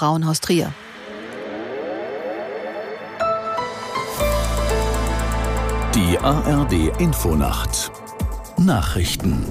Frauenhaus Trier. Die ARD-Infonacht Nachrichten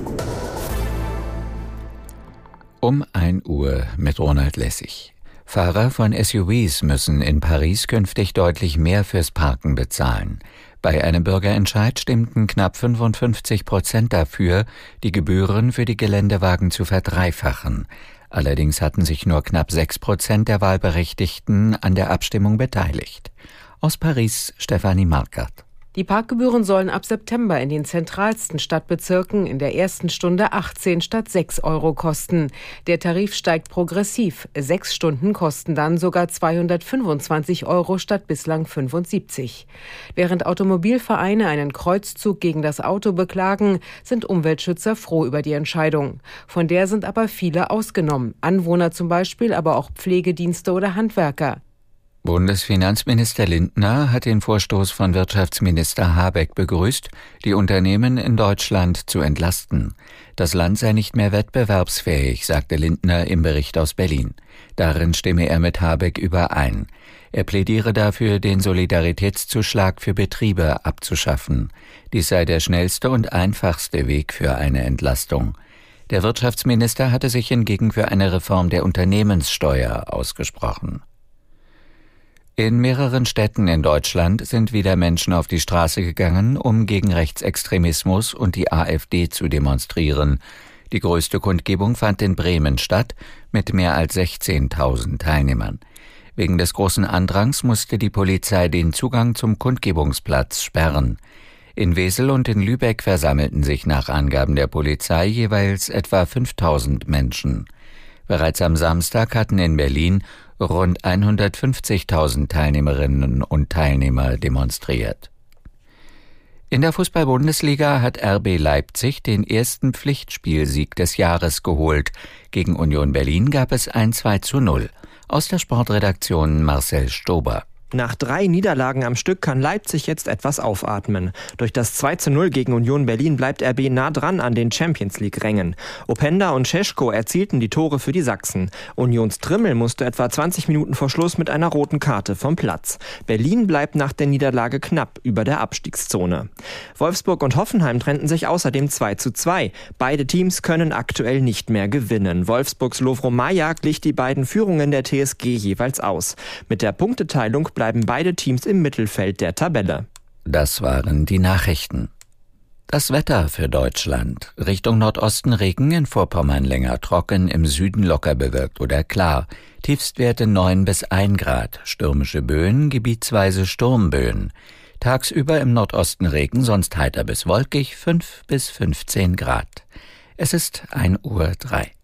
Um 1 Uhr mit Ronald Lessig. Fahrer von SUVs müssen in Paris künftig deutlich mehr fürs Parken bezahlen. Bei einem Bürgerentscheid stimmten knapp 55% dafür, die Gebühren für die Geländewagen zu verdreifachen. Allerdings hatten sich nur knapp 6% der Wahlberechtigten an der Abstimmung beteiligt. Aus Paris Stefanie Markert. Die Parkgebühren sollen ab September in den zentralsten Stadtbezirken in der ersten Stunde 18 statt 6 Euro kosten. Der Tarif steigt progressiv. 6 Stunden kosten dann sogar 225 Euro statt bislang 75. Während Automobilvereine einen Kreuzzug gegen das Auto beklagen, sind Umweltschützer froh über die Entscheidung. Von der sind aber viele ausgenommen. Anwohner zum Beispiel, aber auch Pflegedienste oder Handwerker. Bundesfinanzminister Lindner hat den Vorstoß von Wirtschaftsminister Habeck begrüßt, die Unternehmen in Deutschland zu entlasten. Das Land sei nicht mehr wettbewerbsfähig, sagte Lindner im Bericht aus Berlin. Darin stimme er mit Habeck überein. Er plädiere dafür, den Solidaritätszuschlag für Betriebe abzuschaffen. Dies sei der schnellste und einfachste Weg für eine Entlastung. Der Wirtschaftsminister hatte sich hingegen für eine Reform der Unternehmenssteuer ausgesprochen. In mehreren Städten in Deutschland sind wieder Menschen auf die Straße gegangen, um gegen Rechtsextremismus und die AfD zu demonstrieren. Die größte Kundgebung fand in Bremen statt, mit mehr als 16.000 Teilnehmern. Wegen des großen Andrangs musste die Polizei den Zugang zum Kundgebungsplatz sperren. In Wesel und in Lübeck versammelten sich nach Angaben der Polizei jeweils etwa 5.000 Menschen. Bereits am Samstag hatten in Berlin rund 150.000 Teilnehmerinnen und Teilnehmer demonstriert. In der Fußball-Bundesliga hat RB Leipzig den ersten Pflichtspielsieg des Jahres geholt. Gegen Union Berlin gab es ein 2:0. Aus der Sportredaktion Marcel Stober. Nach 3 Niederlagen am Stück kann Leipzig jetzt etwas aufatmen. Durch das 2:0 gegen Union Berlin bleibt RB nah dran an den Champions-League-Rängen. Openda und Šeško erzielten die Tore für die Sachsen. Unions Trimmel musste etwa 20 Minuten vor Schluss mit einer roten Karte vom Platz. Berlin bleibt nach der Niederlage knapp über der Abstiegszone. Wolfsburg und Hoffenheim trennten sich außerdem 2:2. Beide Teams können aktuell nicht mehr gewinnen. Wolfsburgs Lovro Maja glich die beiden Führungen der TSG jeweils aus. Mit der Punkteteilung bleiben beide Teams im Mittelfeld der Tabelle. Das waren die Nachrichten. Das Wetter für Deutschland. Richtung Nordosten Regen, in Vorpommern länger trocken, im Süden locker bewölkt oder klar. Tiefstwerte 9 bis 1 Grad. Stürmische Böen, gebietsweise Sturmböen. Tagsüber im Nordosten Regen, sonst heiter bis wolkig, 5 bis 15 Grad. Es ist 1:03 Uhr.